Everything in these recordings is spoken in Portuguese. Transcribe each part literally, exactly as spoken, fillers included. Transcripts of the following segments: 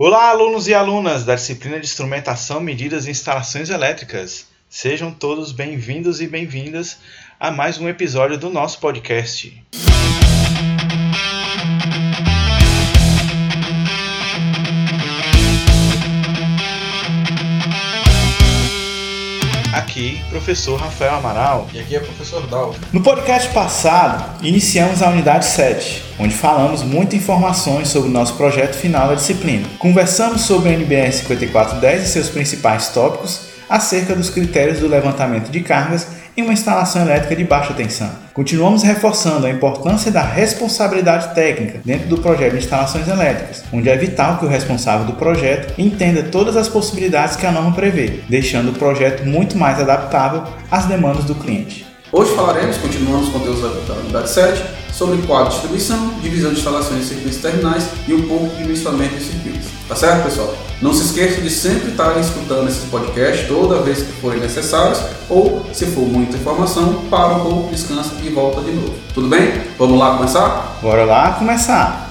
Olá, alunos e alunas da disciplina de Instrumentação, Medidas e Instalações Elétricas. Sejam todos bem-vindos e bem-vindas a mais um episódio do nosso podcast. Aqui, professor Rafael Amaral. E aqui é o professor Dalton. No podcast passado, iniciamos a unidade sete, onde falamos muitas informações sobre o nosso projeto final da disciplina. Conversamos sobre o N B R cinquenta e quatro dez e seus principais tópicos acerca dos critérios do levantamento de cargas em uma instalação elétrica de baixa tensão. Continuamos reforçando a importância da responsabilidade técnica dentro do projeto de instalações elétricas, onde é vital que o responsável do projeto entenda todas as possibilidades que a norma prevê, deixando o projeto muito mais adaptável às demandas do cliente. Hoje falaremos, continuando os conteúdos da unidade sete, sobre quadro de distribuição, divisão de instalações de circuitos terminais e um pouco de dimensionamento de circuitos. Tá certo, pessoal? Não se esqueça de sempre estar escutando esses podcasts toda vez que forem necessários, ou, se for muita informação, para um pouco, descansa e volta de novo. Tudo bem? Vamos lá começar? Bora lá começar!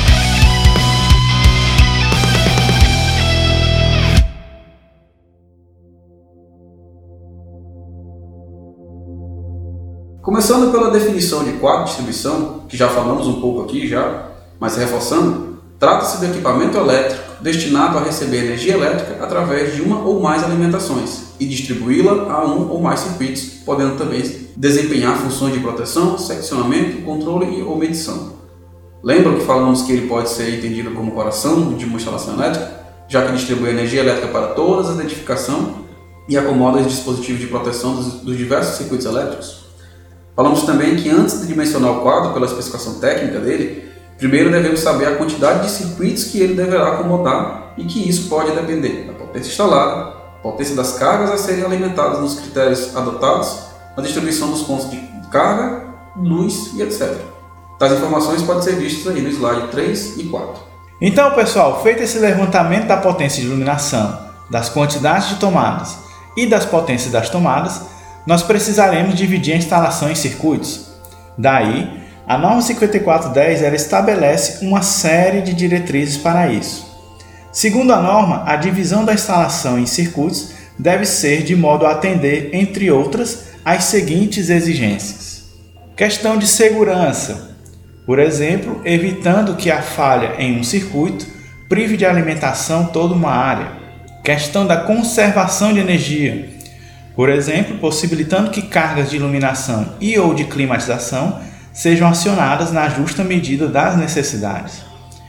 Começando pela definição de quadro de distribuição, que já falamos um pouco aqui já, mas reforçando, trata-se do equipamento elétrico destinado a receber energia elétrica através de uma ou mais alimentações e distribuí-la a um ou mais circuitos, podendo também desempenhar funções de proteção, seccionamento, controle ou medição. Lembram que falamos que ele pode ser entendido como coração de uma instalação elétrica, já que distribui energia elétrica para todas as edificações e acomoda os dispositivos de proteção dos, dos diversos circuitos elétricos? Falamos também que antes de dimensionar o quadro pela especificação técnica dele, primeiro devemos saber a quantidade de circuitos que ele deverá acomodar e que isso pode depender da potência instalada, potência das cargas a serem alimentadas nos critérios adotados, a distribuição dos pontos de carga, luz e etcétera. Tais informações podem ser vistas aí no slide três e quatro. Então, pessoal, feito esse levantamento da potência de iluminação, das quantidades de tomadas e das potências das tomadas, nós precisaremos dividir a instalação em circuitos. Daí, a norma cinquenta e quatro dez ela estabelece uma série de diretrizes para isso. Segundo a norma, a divisão da instalação em circuitos deve ser de modo a atender, entre outras, as seguintes exigências. Questão de segurança. Por exemplo, evitando que a falha em um circuito prive de alimentação toda uma área. Questão da conservação de energia. Por exemplo, possibilitando que cargas de iluminação e ou de climatização sejam acionadas na justa medida das necessidades.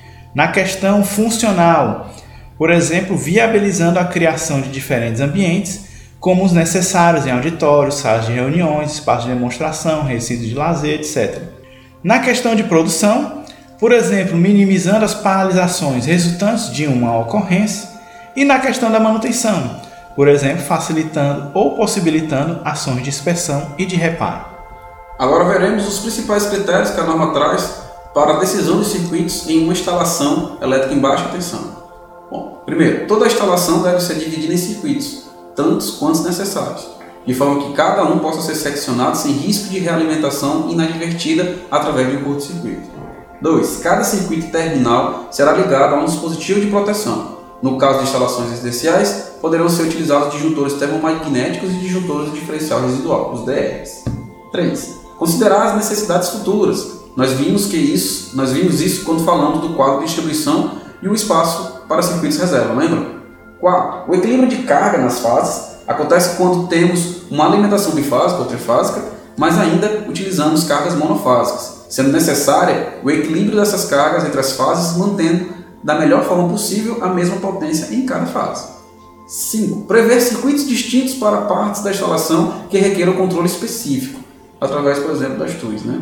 Na questão funcional, por exemplo, viabilizando a criação de diferentes ambientes, como os necessários em auditórios, salas de reuniões, espaços de demonstração, recintos de lazer, etcétera. Na questão de produção, por exemplo, minimizando as paralisações resultantes de uma ocorrência. E na questão da manutenção, por exemplo, facilitando ou possibilitando ações de inspeção e de reparo. Agora veremos os principais critérios que a norma traz para a decisão de circuitos em uma instalação elétrica em baixa tensão. Bom, primeiro, toda a instalação deve ser dividida em circuitos, tantos quantos necessários, de forma que cada um possa ser seccionado sem risco de realimentação inadvertida através de um curto-circuito. dois. Cada circuito terminal será ligado a um dispositivo de proteção. No caso de instalações residenciais, poderão ser utilizados disjuntores termomagnéticos e disjuntores de diferencial residual, os D Rs. três. Considerar as necessidades futuras. Nós vimos, que isso, nós vimos isso quando falamos do quadro de distribuição e o espaço para circuitos reserva, lembram? quatro. O equilíbrio de carga nas fases acontece quando temos uma alimentação bifásica ou trifásica, mas ainda utilizamos cargas monofásicas, sendo necessária o equilíbrio dessas cargas entre as fases, mantendo da melhor forma possível a mesma potência em cada fase. cinco. Prever circuitos distintos para partes da instalação que requeram controle específico, através, por exemplo, das T U Is. Né?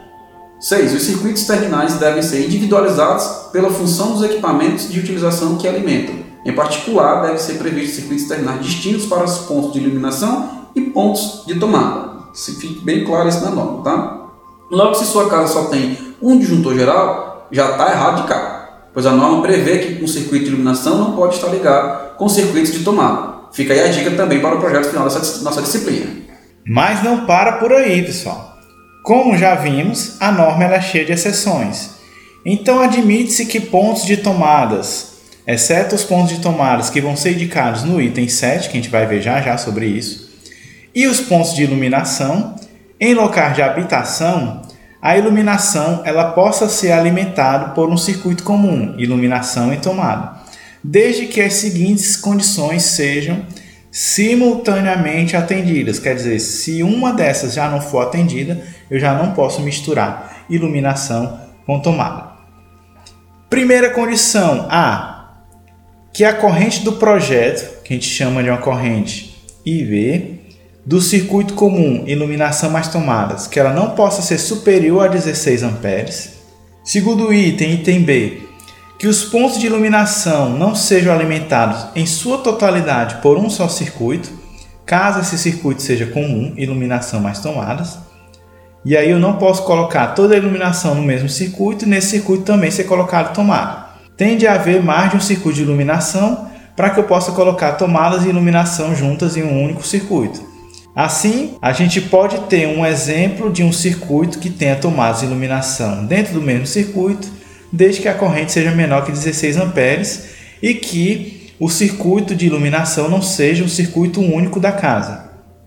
seis. Os circuitos terminais devem ser individualizados pela função dos equipamentos de utilização que alimentam. Em particular, devem ser previstos circuitos terminais distintos para os pontos de iluminação e pontos de tomada. Se fique bem claro isso na norma, tá? Logo, se sua casa só tem um disjuntor geral, já está errado de cara, pois a norma prevê que um circuito de iluminação não pode estar ligado com circuitos de tomada. Fica aí a dica também para o projeto final dessa nossa disciplina. Mas não para por aí, pessoal. Como já vimos, a norma ela é cheia de exceções. Então admite-se que pontos de tomadas exceto os pontos de tomadas que vão ser indicados no item sete, que a gente vai ver já já sobre isso, e os pontos de iluminação, em locais de habitação, a iluminação ela possa ser alimentada por um circuito comum, iluminação e tomada, desde que as seguintes condições sejam simultaneamente atendidas. Quer dizer, se uma dessas já não for atendida, eu já não posso misturar iluminação com tomada. Primeira condição A, que a corrente do projeto, que a gente chama de uma corrente I V, do circuito comum iluminação mais tomadas, que ela não possa ser superior a dezesseis amperes. Segundo item, item B, que os pontos de iluminação não sejam alimentados em sua totalidade por um só circuito, caso esse circuito seja comum, iluminação mais tomadas. E aí eu não posso colocar toda a iluminação no mesmo circuito e nesse circuito também ser colocado tomada. Tem de haver mais de um circuito de iluminação para que eu possa colocar tomadas e iluminação juntas em um único circuito. Assim, a gente pode ter um exemplo de um circuito que tenha tomadas e iluminação dentro do mesmo circuito, desde que a corrente seja menor que dezesseis amperes e que o circuito de iluminação não seja um circuito único da casa.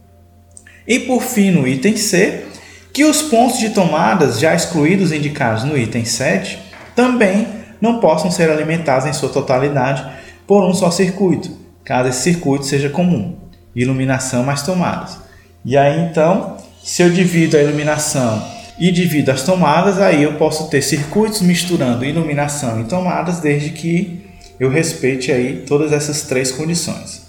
E por fim, no item C, que os pontos de tomadas já excluídos indicados no item sete também não possam ser alimentados em sua totalidade por um só circuito, caso esse circuito seja comum, iluminação mais tomadas. E aí então, se eu divido a iluminação e divido as tomadas, aí eu posso ter circuitos misturando iluminação e tomadas, desde que eu respeite aí todas essas três condições.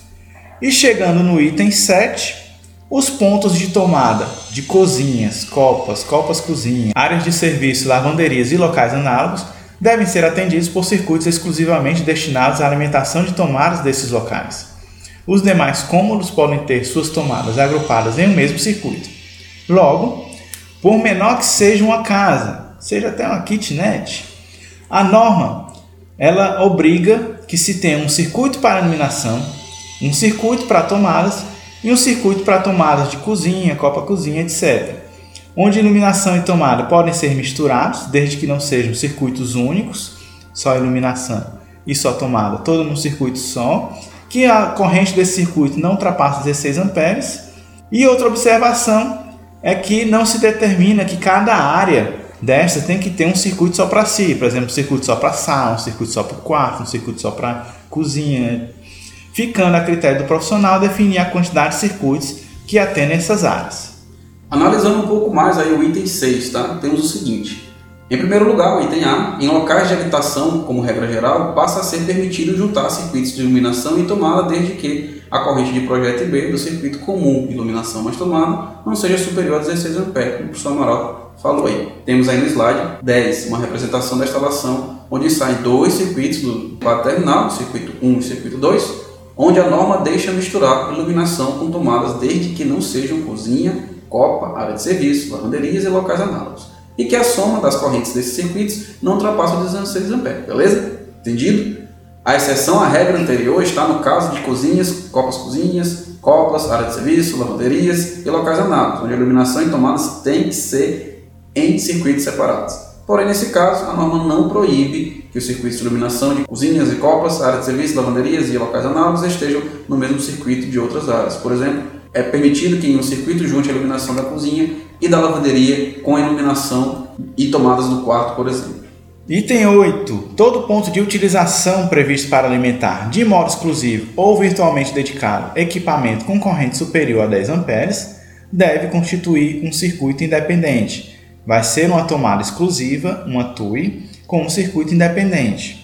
E chegando no item sete, os pontos de tomada de cozinhas, copas, copas cozinha, áreas de serviço, lavanderias e locais análogos devem ser atendidos por circuitos exclusivamente destinados à alimentação de tomadas desses locais. Os demais cômodos podem ter suas tomadas agrupadas em um mesmo circuito. Logo, por menor que seja uma casa, seja até uma kitnet, a norma ela obriga que se tenha um circuito para iluminação, um circuito para tomadas e um circuito para tomadas de cozinha, copa-cozinha, etcétera, onde iluminação e tomada podem ser misturados, desde que não sejam circuitos únicos, só iluminação e só tomada, todo num circuito só, que a corrente desse circuito não ultrapassa dezesseis amperes. E outra observação é que não se determina que cada área desta tem que ter um circuito só para si, por exemplo, um circuito só para sala, um circuito só para o quarto, um circuito só para cozinha, ficando a critério do profissional definir a quantidade de circuitos que atendem essas áreas. Analisando um pouco mais aí o item seis, tá? Temos o seguinte. Em primeiro lugar, o item A, em locais de habitação, como regra geral, passa a ser permitido juntar circuitos de iluminação e tomada, desde que a corrente de projeto B do circuito comum, iluminação mais tomada, não seja superior a dezesseis amperes, como o professor Amaral falou aí. Temos aí no slide dez, uma representação da instalação, onde saem dois circuitos do lado terminal, circuito um e circuito dois, onde a norma deixa misturar iluminação com tomadas, desde que não sejam cozinha, copa, área de serviço, lavanderias e locais análogos, e que a soma das correntes desses circuitos não ultrapassa os dezesseis amperes, beleza? Entendido? A exceção à regra anterior está no caso de cozinhas, copas-cozinhas, copas, área de serviço, lavanderias e locais análogos, onde a iluminação e tomadas tem que ser em circuitos separados. Porém, nesse caso, a norma não proíbe que os circuitos de iluminação de cozinhas e copas, área de serviço, lavanderias e locais análogos estejam no mesmo circuito de outras áreas. Por exemplo, é permitido que em um circuito junte a iluminação da cozinha e da lavanderia com a iluminação e tomadas do quarto, por exemplo. Item oito. Todo ponto de utilização previsto para alimentar de modo exclusivo ou virtualmente dedicado equipamento com corrente superior a dez amperes deve constituir um circuito independente. Vai ser uma tomada exclusiva, uma T U I, com um circuito independente.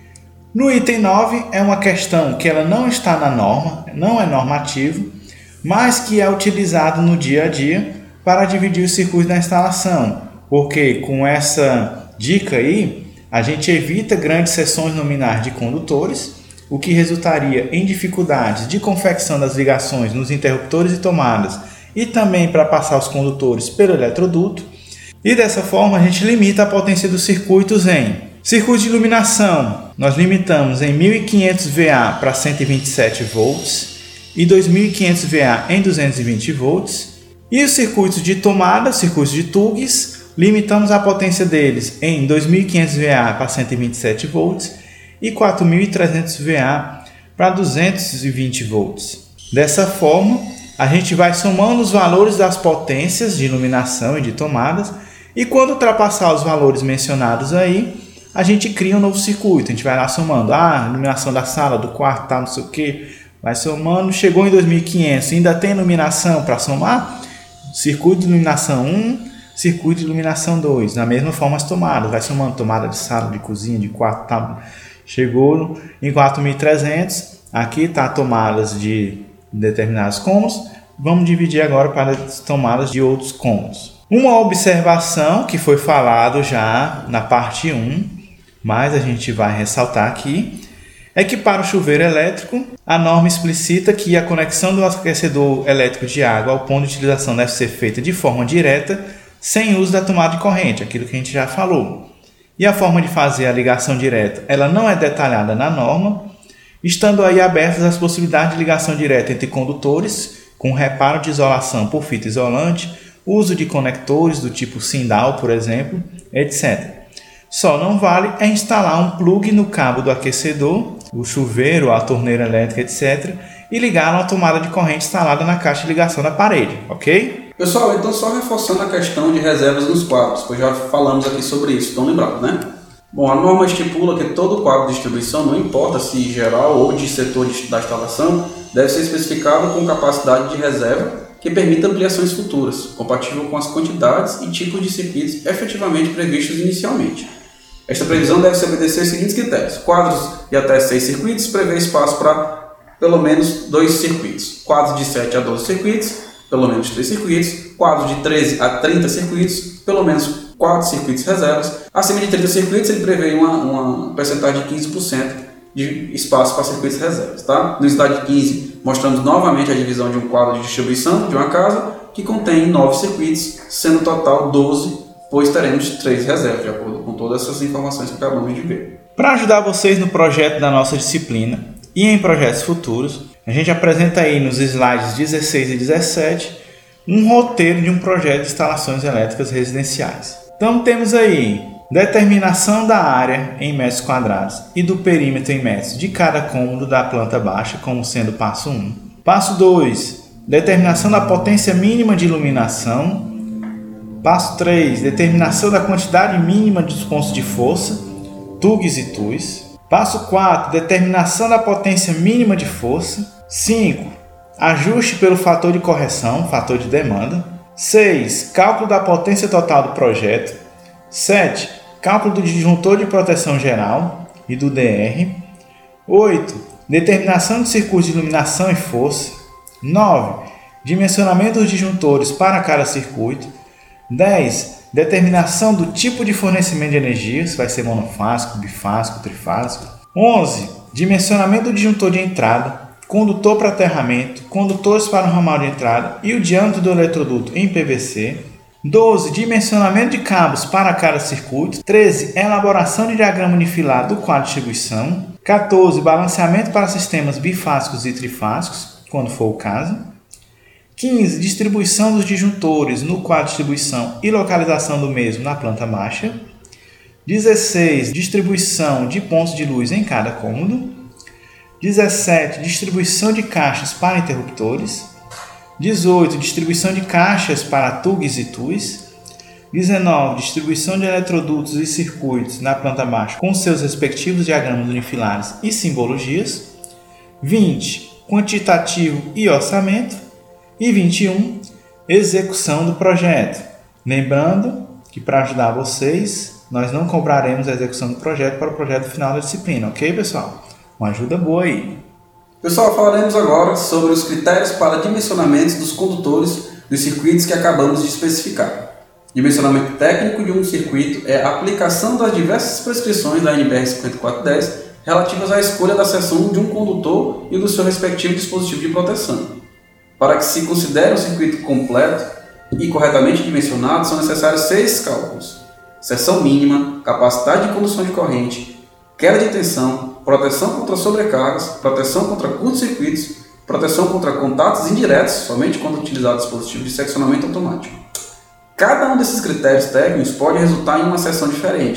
No item nove é uma questão que ela não está na norma, não é normativo, mas que é utilizado no dia a dia para dividir os circuitos da instalação, porque com essa dica aí, a gente evita grandes seções nominais de condutores, o que resultaria em dificuldades de confecção das ligações nos interruptores e tomadas e também para passar os condutores pelo eletroduto. E dessa forma a gente limita a potência dos circuitos em circuito de iluminação, nós limitamos em mil e quinhentos volts para cento e vinte e sete volts e dois mil e quinhentos volts em duzentos e vinte volts. E os circuitos de tomada, circuitos de T U Gs, limitamos a potência deles em dois mil e quinhentos volts para cento e vinte e sete volts e quatro mil e trezentos volts para duzentos e vinte volts. Dessa forma, a gente vai somando os valores das potências de iluminação e de tomadas, e quando ultrapassar os valores mencionados aí, a gente cria um novo circuito. A gente vai lá somando, ah, iluminação da sala, do quarto, tá, não sei o que, vai somando, chegou em dois mil e quinhentos, ainda tem iluminação para somar? Circuito de iluminação um, circuito de iluminação dois, da mesma forma as tomadas, vai somando tomada de sala, de cozinha, de quarto, tá, chegou em quatro mil e trezentos, aqui está tomadas de determinados cômodos, vamos dividir agora para as tomadas de outros cômodos. Uma observação que foi falado já na parte um, mas a gente vai ressaltar aqui, é que para o chuveiro elétrico, a norma explicita que a conexão do aquecedor elétrico de água ao ponto de utilização deve ser feita de forma direta, sem uso da tomada de corrente, aquilo que a gente já falou. E a forma de fazer a ligação direta, ela não é detalhada na norma, estando aí abertas as possibilidades de ligação direta entre condutores, com reparo de isolação por fita isolante, uso de conectores do tipo Sindal, por exemplo, etcétera. Só não vale é instalar um plug no cabo do aquecedor, o chuveiro, a torneira elétrica, etcétera, e ligar uma tomada de corrente instalada na caixa de ligação da parede, ok? Pessoal, então só reforçando a questão de reservas nos quadros, pois já falamos aqui sobre isso, estão lembrados, né? Bom, a norma estipula que todo quadro de distribuição, não importa se geral ou de setor da instalação, deve ser especificado com capacidade de reserva que permita ampliações futuras, compatível com as quantidades e tipos de circuitos efetivamente previstos inicialmente. Esta previsão deve se obedecer aos seguintes critérios. Quadros de até seis circuitos prevê espaço para pelo menos dois circuitos. Quadros de sete a doze circuitos, pelo menos três circuitos. Quadros de treze a trinta circuitos, pelo menos quatro circuitos reservas. Acima de trinta circuitos, ele prevê uma, uma percentagem de quinze por cento de espaço para circuitos reservas. Tá? No slide quinze, mostramos novamente a divisão de um quadro de distribuição de uma casa que contém nove circuitos, sendo total doze, pois teremos três reservas, de acordo com todas essas informações que acabamos de ver. Para ajudar vocês no projeto da nossa disciplina e em projetos futuros, a gente apresenta aí nos slides dezesseis e dezessete um roteiro de um projeto de instalações elétricas residenciais. Então temos aí determinação da área em metros quadrados e do perímetro em metros de cada cômodo da planta baixa, como sendo passo um. Passo dois, determinação da potência mínima de iluminação. Passo três, determinação da quantidade mínima dos pontos de força, tugs e tus. Passo quatro, determinação da potência mínima de força. cinco, ajuste pelo fator de correção, fator de demanda. seis, cálculo da potência total do projeto. sete, cálculo do disjuntor de proteção geral e do D R. oito, determinação de circuitos de iluminação e força. nove, dimensionamento dos disjuntores para cada circuito. dez, determinação do tipo de fornecimento de energia, se vai ser monofásico, bifásico, trifásico. onze, dimensionamento do disjuntor de entrada, condutor para aterramento, condutores para o ramal de entrada e o diâmetro do eletroduto em P V C. doze, dimensionamento de cabos para cada circuito. treze, elaboração de diagrama unifilado do quadro de distribuição. quatorze, balanceamento para sistemas bifásicos e trifásicos, quando for o caso. quinze, distribuição dos disjuntores no quadro de distribuição e localização do mesmo na planta baixa. dezesseis, distribuição de pontos de luz em cada cômodo. dezessete, distribuição de caixas para interruptores. dezoito, distribuição de caixas para tugs e tus. dezenove, distribuição de eletrodutos e circuitos na planta baixa com seus respectivos diagramas unifilares e simbologias. vinte, quantitativo e orçamento. E vinte e um, execução do projeto. Lembrando que para ajudar vocês, nós não cobraremos a execução do projeto para o projeto final da disciplina, ok, pessoal? Uma ajuda boa aí. Pessoal, falaremos agora sobre os critérios para dimensionamento dos condutores dos circuitos que acabamos de especificar. Dimensionamento técnico de um circuito é a aplicação das diversas prescrições da N B R cinquenta e quatro dez relativas à escolha da seção de um condutor e do seu respectivo dispositivo de proteção. Para que se considere um circuito completo e corretamente dimensionado, são necessários seis cálculos: seção mínima, capacidade de condução de corrente, queda de tensão, proteção contra sobrecargas, proteção contra curtos-circuitos, proteção contra contatos indiretos, somente quando utilizado dispositivo de seccionamento automático. Cada um desses critérios técnicos pode resultar em uma seção diferente,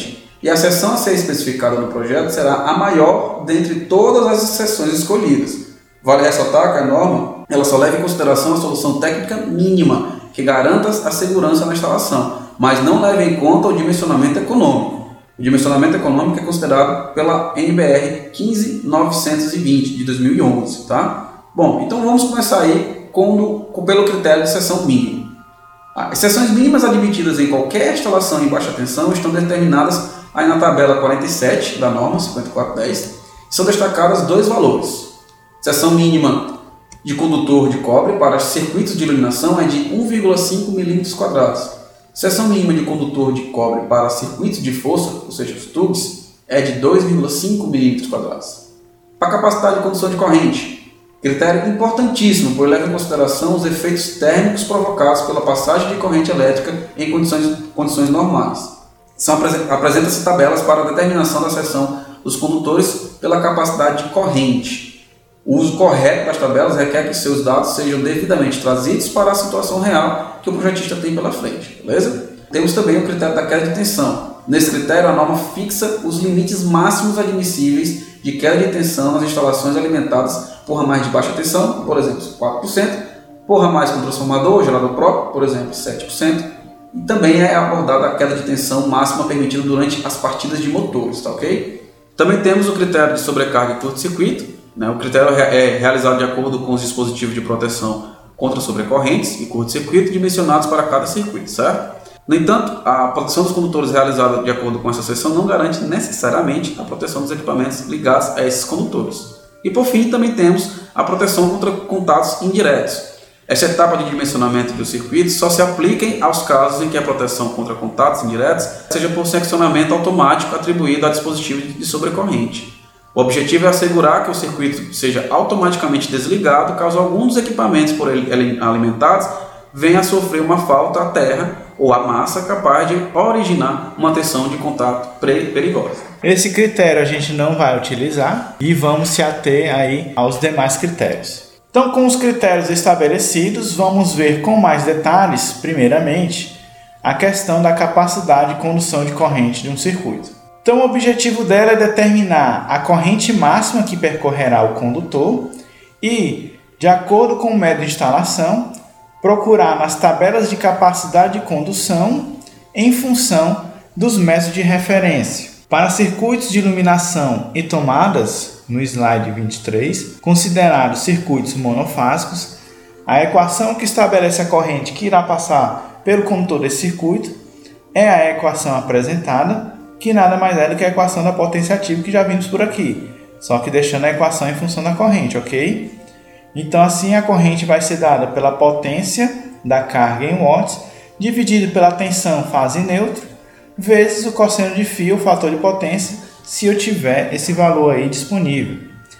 e a seção a ser especificada no projeto será a maior dentre todas as seções escolhidas. Vale ressaltar que a norma ela só leva em consideração a solução técnica mínima que garanta a segurança na instalação, mas não leva em conta o dimensionamento econômico. O dimensionamento econômico é considerado pela N B R quinze mil novecentos e vinte de dois mil e onze. Tá? Bom, então vamos começar aí com, com, pelo critério de seção mínima. As seções mínimas admitidas em qualquer instalação em baixa tensão estão determinadas aí na tabela quarenta e sete da norma cinquenta e quatro dez. São destacadas dois valores. Seção mínima de condutor de cobre para circuitos de iluminação é de um vírgula cinco milímetros quadrados. Seção mínima de condutor de cobre para circuitos de força, ou seja, os tubos, é de dois vírgula cinco milímetros quadrados. A capacidade de condução de corrente. Critério importantíssimo, pois leva em consideração os efeitos térmicos provocados pela passagem de corrente elétrica em condições, condições normais. São, apresenta-se tabelas para a determinação da seção dos condutores pela capacidade de corrente. O uso correto das tabelas requer que seus dados sejam devidamente trazidos para a situação real que o projetista tem pela frente, beleza? Temos também o critério da queda de tensão. Nesse critério, a norma fixa os limites máximos admissíveis de queda de tensão nas instalações alimentadas por ramais de baixa tensão, por exemplo, quatro por cento, por ramais com transformador ou gerador próprio, por exemplo, sete por cento, e também é abordada a queda de tensão máxima permitida durante as partidas de motores, tá ok? Também temos o critério de sobrecarga e curto-circuito, né? O critério é realizado de acordo com os dispositivos de proteção contra sobrecorrentes e curto-circuito dimensionados para cada circuito, certo? No entanto, a proteção dos condutores realizada de acordo com essa seção não garante necessariamente a proteção dos equipamentos ligados a esses condutores. E por fim, também temos a proteção contra contatos indiretos. Essa etapa de dimensionamento dos circuitos só se aplica aos casos em que a proteção contra contatos indiretos seja por seccionamento automático atribuído a dispositivo de sobrecorrente. O objetivo é assegurar que o circuito seja automaticamente desligado caso algum dos equipamentos por ele alimentados venha a sofrer uma falta à terra ou à massa capaz de originar uma tensão de contato perigosa. Esse critério a gente não vai utilizar e vamos se ater aí aos demais critérios. Então, com os critérios estabelecidos, vamos ver com mais detalhes, primeiramente, a questão da capacidade de condução de corrente de um circuito. Então, o objetivo dela é determinar a corrente máxima que percorrerá o condutor e, de acordo com o método de instalação, procurar nas tabelas de capacidade de condução em função dos métodos de referência. Para circuitos de iluminação e tomadas, no slide vinte e três, considerados circuitos monofásicos, a equação que estabelece a corrente que irá passar pelo condutor desse circuito é a equação apresentada, que nada mais é do que a equação da potência ativa que já vimos por aqui, só que deixando a equação em função da corrente, ok? Então, assim, a corrente vai ser dada pela potência da carga em watts, dividido pela tensão fase neutra, vezes o cosseno de φ, o fator de potência, se eu tiver esse valor aí disponível.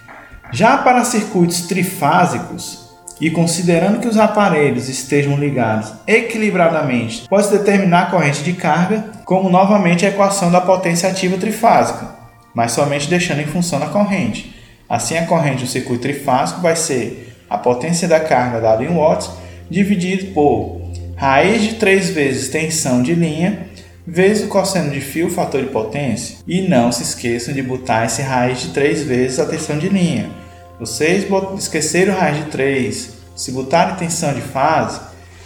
Já para circuitos trifásicos, e considerando que os aparelhos estejam ligados equilibradamente, pode-se determinar a corrente de carga como novamente a equação da potência ativa trifásica, mas somente deixando em função da corrente. Assim, a corrente do circuito trifásico vai ser a potência da carga dada em watts dividido por raiz de três vezes tensão de linha vezes o cosseno de φ, o fator de potência. E não se esqueçam de botar esse raiz de três vezes a tensão de linha. Vocês esqueceram o raiz de três, se botarem tensão de fase,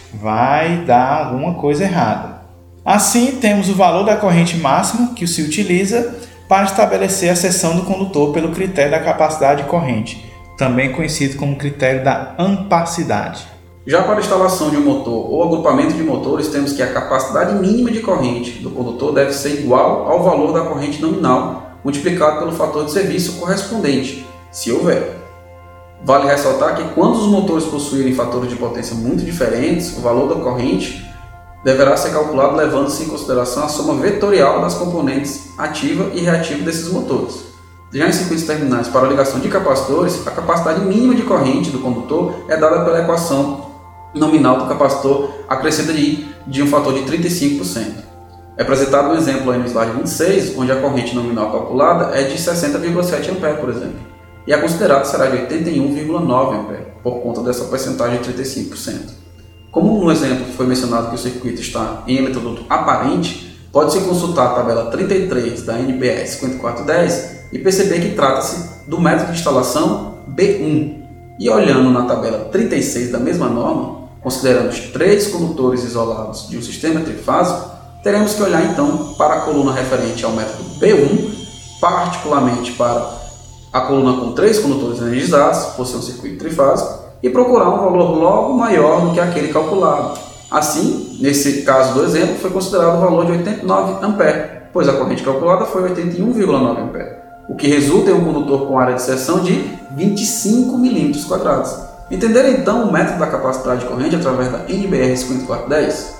vai dar alguma coisa errada. Assim, temos o valor da corrente máxima que se utiliza para estabelecer a seção do condutor pelo critério da capacidade de corrente, também conhecido como critério da ampassidade. Já para a instalação de um motor ou agrupamento de motores, temos que a capacidade mínima de corrente do condutor deve ser igual ao valor da corrente nominal multiplicado pelo fator de serviço correspondente, se houver. Vale ressaltar que quando os motores possuírem fatores de potência muito diferentes, o valor da corrente deverá ser calculado levando-se em consideração a soma vetorial das componentes ativa e reativa desses motores. Já em circuitos terminais para a ligação de capacitores, a capacidade mínima de corrente do condutor é dada pela equação nominal do capacitor acrescida de, de um fator de trinta e cinco por cento. É apresentado um exemplo aí no slide vinte e seis, onde a corrente nominal calculada é de sessenta vírgula sete amperes, por exemplo, e a considerada será de oitenta e um vírgula nove amperes, por conta dessa percentagem de trinta e cinco por cento. Como no exemplo foi mencionado que o circuito está em eletroduto aparente, pode-se consultar a tabela trinta e três da N B R cinquenta e quatro dez e perceber que trata-se do método de instalação B um. E olhando na tabela trinta e seis da mesma norma, considerando os três condutores isolados de um sistema trifásico, teremos que olhar então para a coluna referente ao método B um, particularmente para a coluna com três condutores energizados, por ser um circuito trifásico, e procurar um valor logo maior do que aquele calculado. Assim, nesse caso do exemplo, foi considerado o valor de oitenta e nove amperes, pois a corrente calculada foi oitenta e um vírgula nove amperes, o que resulta em um condutor com área de seção de vinte e cinco milímetros quadrados. Entenderam então o método da capacidade de corrente através da N B R cinquenta e quatro dez?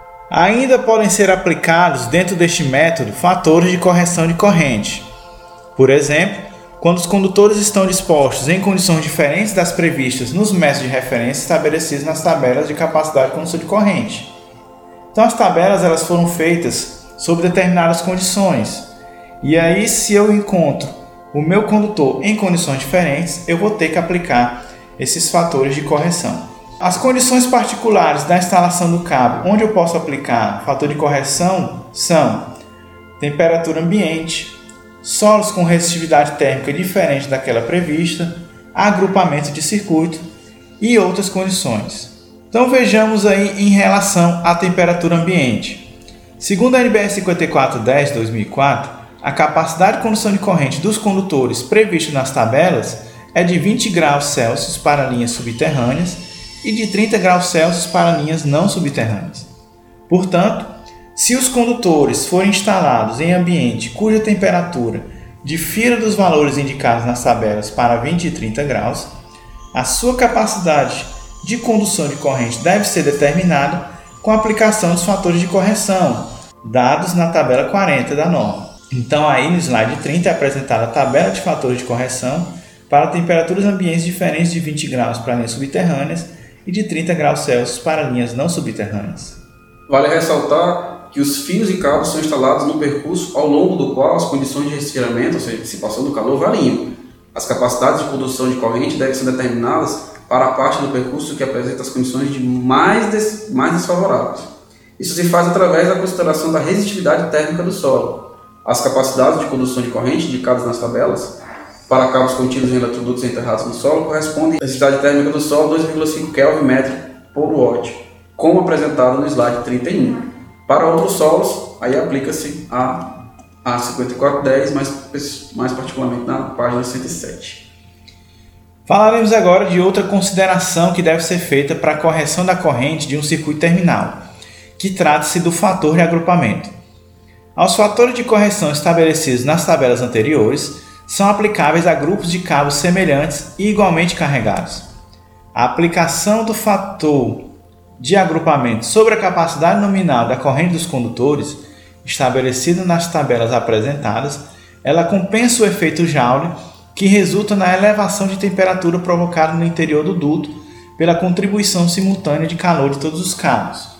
Ainda podem ser aplicados dentro deste método fatores de correção de corrente. Por exemplo, quando os condutores estão dispostos em condições diferentes das previstas nos métodos de referência estabelecidos nas tabelas de capacidade de condução de corrente. Então as tabelas elas foram feitas sob determinadas condições. E aí, se eu encontro o meu condutor em condições diferentes, eu vou ter que aplicar esses fatores de correção. As condições particulares da instalação do cabo, onde eu posso aplicar fator de correção, são temperatura ambiente, solos com resistividade térmica diferente daquela prevista, agrupamento de circuito e outras condições. Então vejamos aí em relação à temperatura ambiente. Segundo a N B R cinquenta e quatro dez de dois mil e quatro, a capacidade de condução de corrente dos condutores prevista nas tabelas é de vinte graus Celsius para linhas subterrâneas e de trinta graus Celsius para linhas não subterrâneas. Portanto, se os condutores forem instalados em ambiente cuja temperatura difira dos valores indicados nas tabelas para vinte e trinta graus, a sua capacidade de condução de corrente deve ser determinada com a aplicação dos fatores de correção, dados na tabela quarenta da norma. Então, aí no slide trinta é apresentada a tabela de fatores de correção para temperaturas ambientes diferentes de vinte graus para linhas subterrâneas e de trinta graus Celsius para linhas não subterrâneas. Vale ressaltar que os fios e cabos são instalados no percurso ao longo do qual as condições de resfriamento, ou seja, dissipação do calor, variam. As capacidades de condução de corrente devem ser determinadas para a parte do percurso que apresenta as condições de mais, des, mais desfavoráveis. Isso se faz através da consideração da resistividade térmica do solo. As capacidades de condução de corrente indicadas nas tabelas para cabos contidos em eletrodutos enterrados no solo correspondem à resistividade térmica do solo dois vírgula cinco Kelvin metro por watt, como apresentado no slide trinta e um. Para outros solos, aí aplica-se a, a cinquenta e quatro dez, mais, mais particularmente na página cento e sete. Falaremos agora de outra consideração que deve ser feita para a correção da corrente de um circuito terminal, que trata-se do fator de agrupamento. Aos fatores de correção estabelecidos nas tabelas anteriores, são aplicáveis a grupos de cabos semelhantes e igualmente carregados. A aplicação do fator de agrupamento sobre a capacidade nominal da corrente dos condutores, estabelecido nas tabelas apresentadas, ela compensa o efeito Joule, que resulta na elevação de temperatura provocada no interior do duto pela contribuição simultânea de calor de todos os cabos.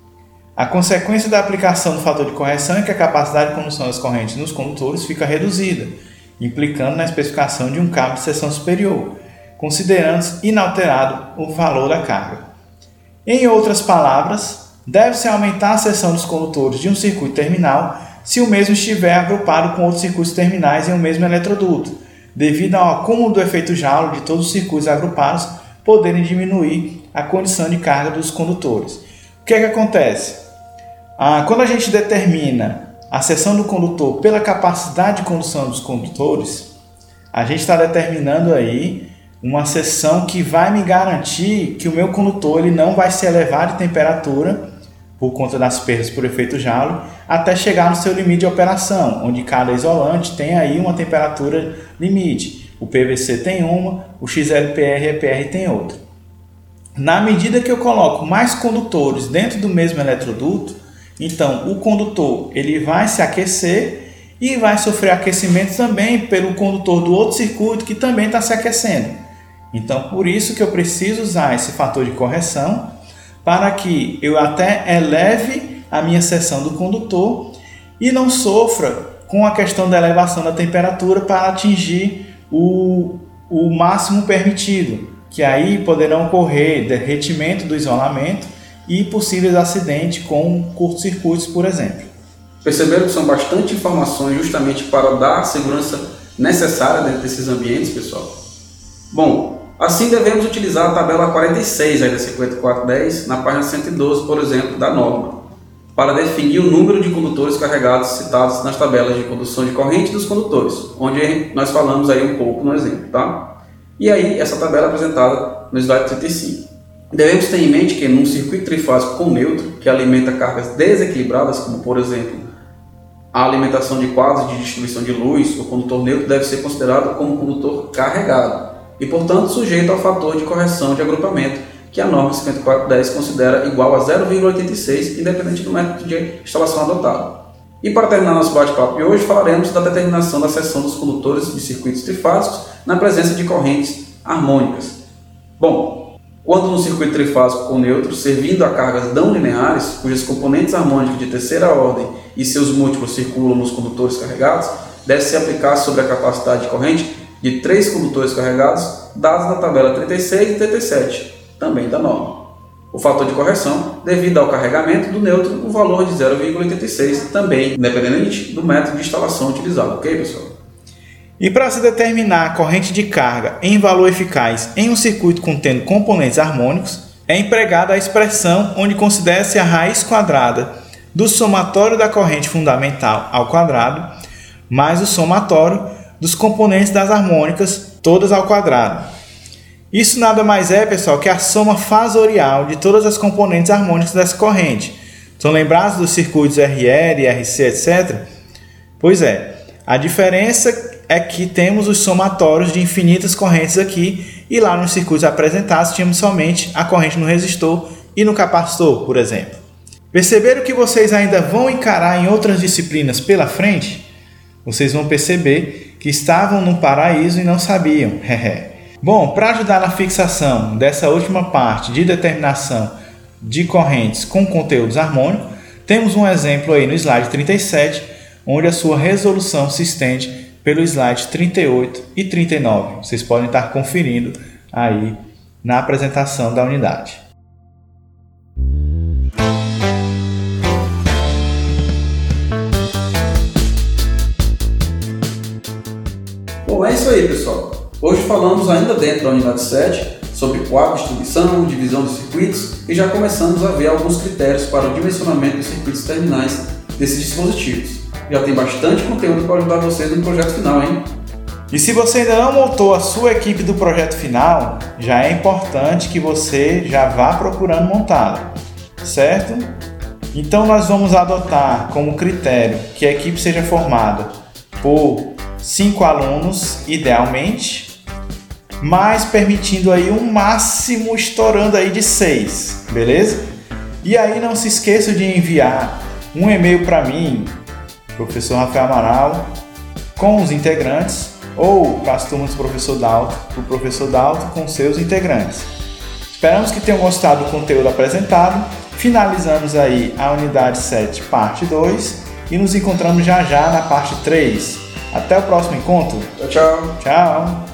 A consequência da aplicação do fator de correção é que a capacidade de condução das correntes nos condutores fica reduzida, implicando na especificação de um cabo de seção superior, considerando-se inalterado o valor da carga. Em outras palavras, deve-se aumentar a seção dos condutores de um circuito terminal se o mesmo estiver agrupado com outros circuitos terminais em um mesmo eletroduto, devido ao acúmulo do efeito Joule de todos os circuitos agrupados poderem diminuir a condição de carga dos condutores. O que é que acontece? Ah, quando a gente determina a seção do condutor pela capacidade de condução dos condutores, a gente está determinando aí uma seção que vai me garantir que o meu condutor ele não vai se elevar de temperatura por conta das perdas por efeito Joule até chegar no seu limite de operação, onde cada isolante tem aí uma temperatura limite. O P V C tem uma, o X L P R e E P R tem outra. Na medida que eu coloco mais condutores dentro do mesmo eletroduto, então o condutor ele vai se aquecer e vai sofrer aquecimento também pelo condutor do outro circuito que também está se aquecendo. Então, por isso que eu preciso usar esse fator de correção para que eu até eleve a minha seção do condutor e não sofra com a questão da elevação da temperatura para atingir o, o máximo permitido, que aí poderão ocorrer derretimento do isolamento e possíveis acidentes com curtos-circuitos, por exemplo. Perceberam que são bastante informações justamente para dar a segurança necessária dentro desses ambientes, pessoal? Bom, assim devemos utilizar a tabela quarenta e seis aí da cinquenta e quatro dez na página cento e doze, por exemplo, da norma, para definir o número de condutores carregados citados nas tabelas de condução de corrente dos condutores, onde nós falamos aí um pouco no exemplo, tá? E aí, essa tabela é apresentada no slide trinta e cinco. Devemos ter em mente que num circuito trifásico com neutro, que alimenta cargas desequilibradas, como por exemplo a alimentação de quadros de distribuição de luz, o condutor neutro deve ser considerado como condutor carregado e, portanto, sujeito ao fator de correção de agrupamento, que a norma cinquenta e quatro dez considera igual a zero vírgula oitenta e seis, independente do método de instalação adotado. E para terminar nosso bate-papo de hoje, falaremos da determinação da seção dos condutores de circuitos trifásicos na presença de correntes harmônicas. Bom, quando no circuito trifásico com neutro, servindo a cargas não lineares, cujas componentes harmônicas de terceira ordem e seus múltiplos circulam nos condutores carregados, deve-se aplicar sobre a capacidade de corrente de três condutores carregados, dados na tabela trinta e seis e trinta e sete, também da norma. O fator de correção, devido ao carregamento do neutro, o valor de zero vírgula oitenta e seis, também independente do método de instalação utilizado, ok, pessoal? E para se determinar a corrente de carga em valor eficaz em um circuito contendo componentes harmônicos, é empregada a expressão onde considera-se a raiz quadrada do somatório da corrente fundamental ao quadrado, mais o somatório dos componentes das harmônicas, todas ao quadrado. Isso nada mais é, pessoal, que a soma fasorial de todas as componentes harmônicas dessa corrente. Estão lembrados dos circuitos R L, R C, etcétera? Pois é, a diferença é que temos os somatórios de infinitas correntes aqui, e lá nos circuitos apresentados tínhamos somente a corrente no resistor e no capacitor, por exemplo. Perceberam que vocês ainda vão encarar em outras disciplinas pela frente? Vocês vão perceber que estavam no paraíso e não sabiam. Bom, para ajudar na fixação dessa última parte de determinação de correntes com conteúdos harmônicos, temos um exemplo aí no slide trinta e sete, onde a sua resolução se estende pelo slide trinta e oito e trinta e nove. Vocês podem estar conferindo aí na apresentação da unidade. Bom, é isso aí, pessoal. Hoje falamos ainda dentro da unidade sete sobre quadro de distribuição, divisão de circuitos e já começamos a ver alguns critérios para o dimensionamento dos circuitos terminais desses dispositivos. Já tem bastante conteúdo para ajudar vocês no projeto final, hein? E se você ainda não montou a sua equipe do projeto final, já é importante que você já vá procurando montá-la, certo? Então nós vamos adotar como critério que a equipe seja formada por cinco alunos, idealmente, mas permitindo aí um máximo estourando aí de seis, beleza? E aí não se esqueça de enviar um e-mail para mim, professor Rafael Amaral, com os integrantes, ou para as turmas do professor Dalton, para o professor Dalton com seus integrantes. Esperamos que tenham gostado do conteúdo apresentado. Finalizamos aí a unidade sete, parte dois, e nos encontramos já já na parte três. Até o próximo encontro. Tchau, tchau. Tchau.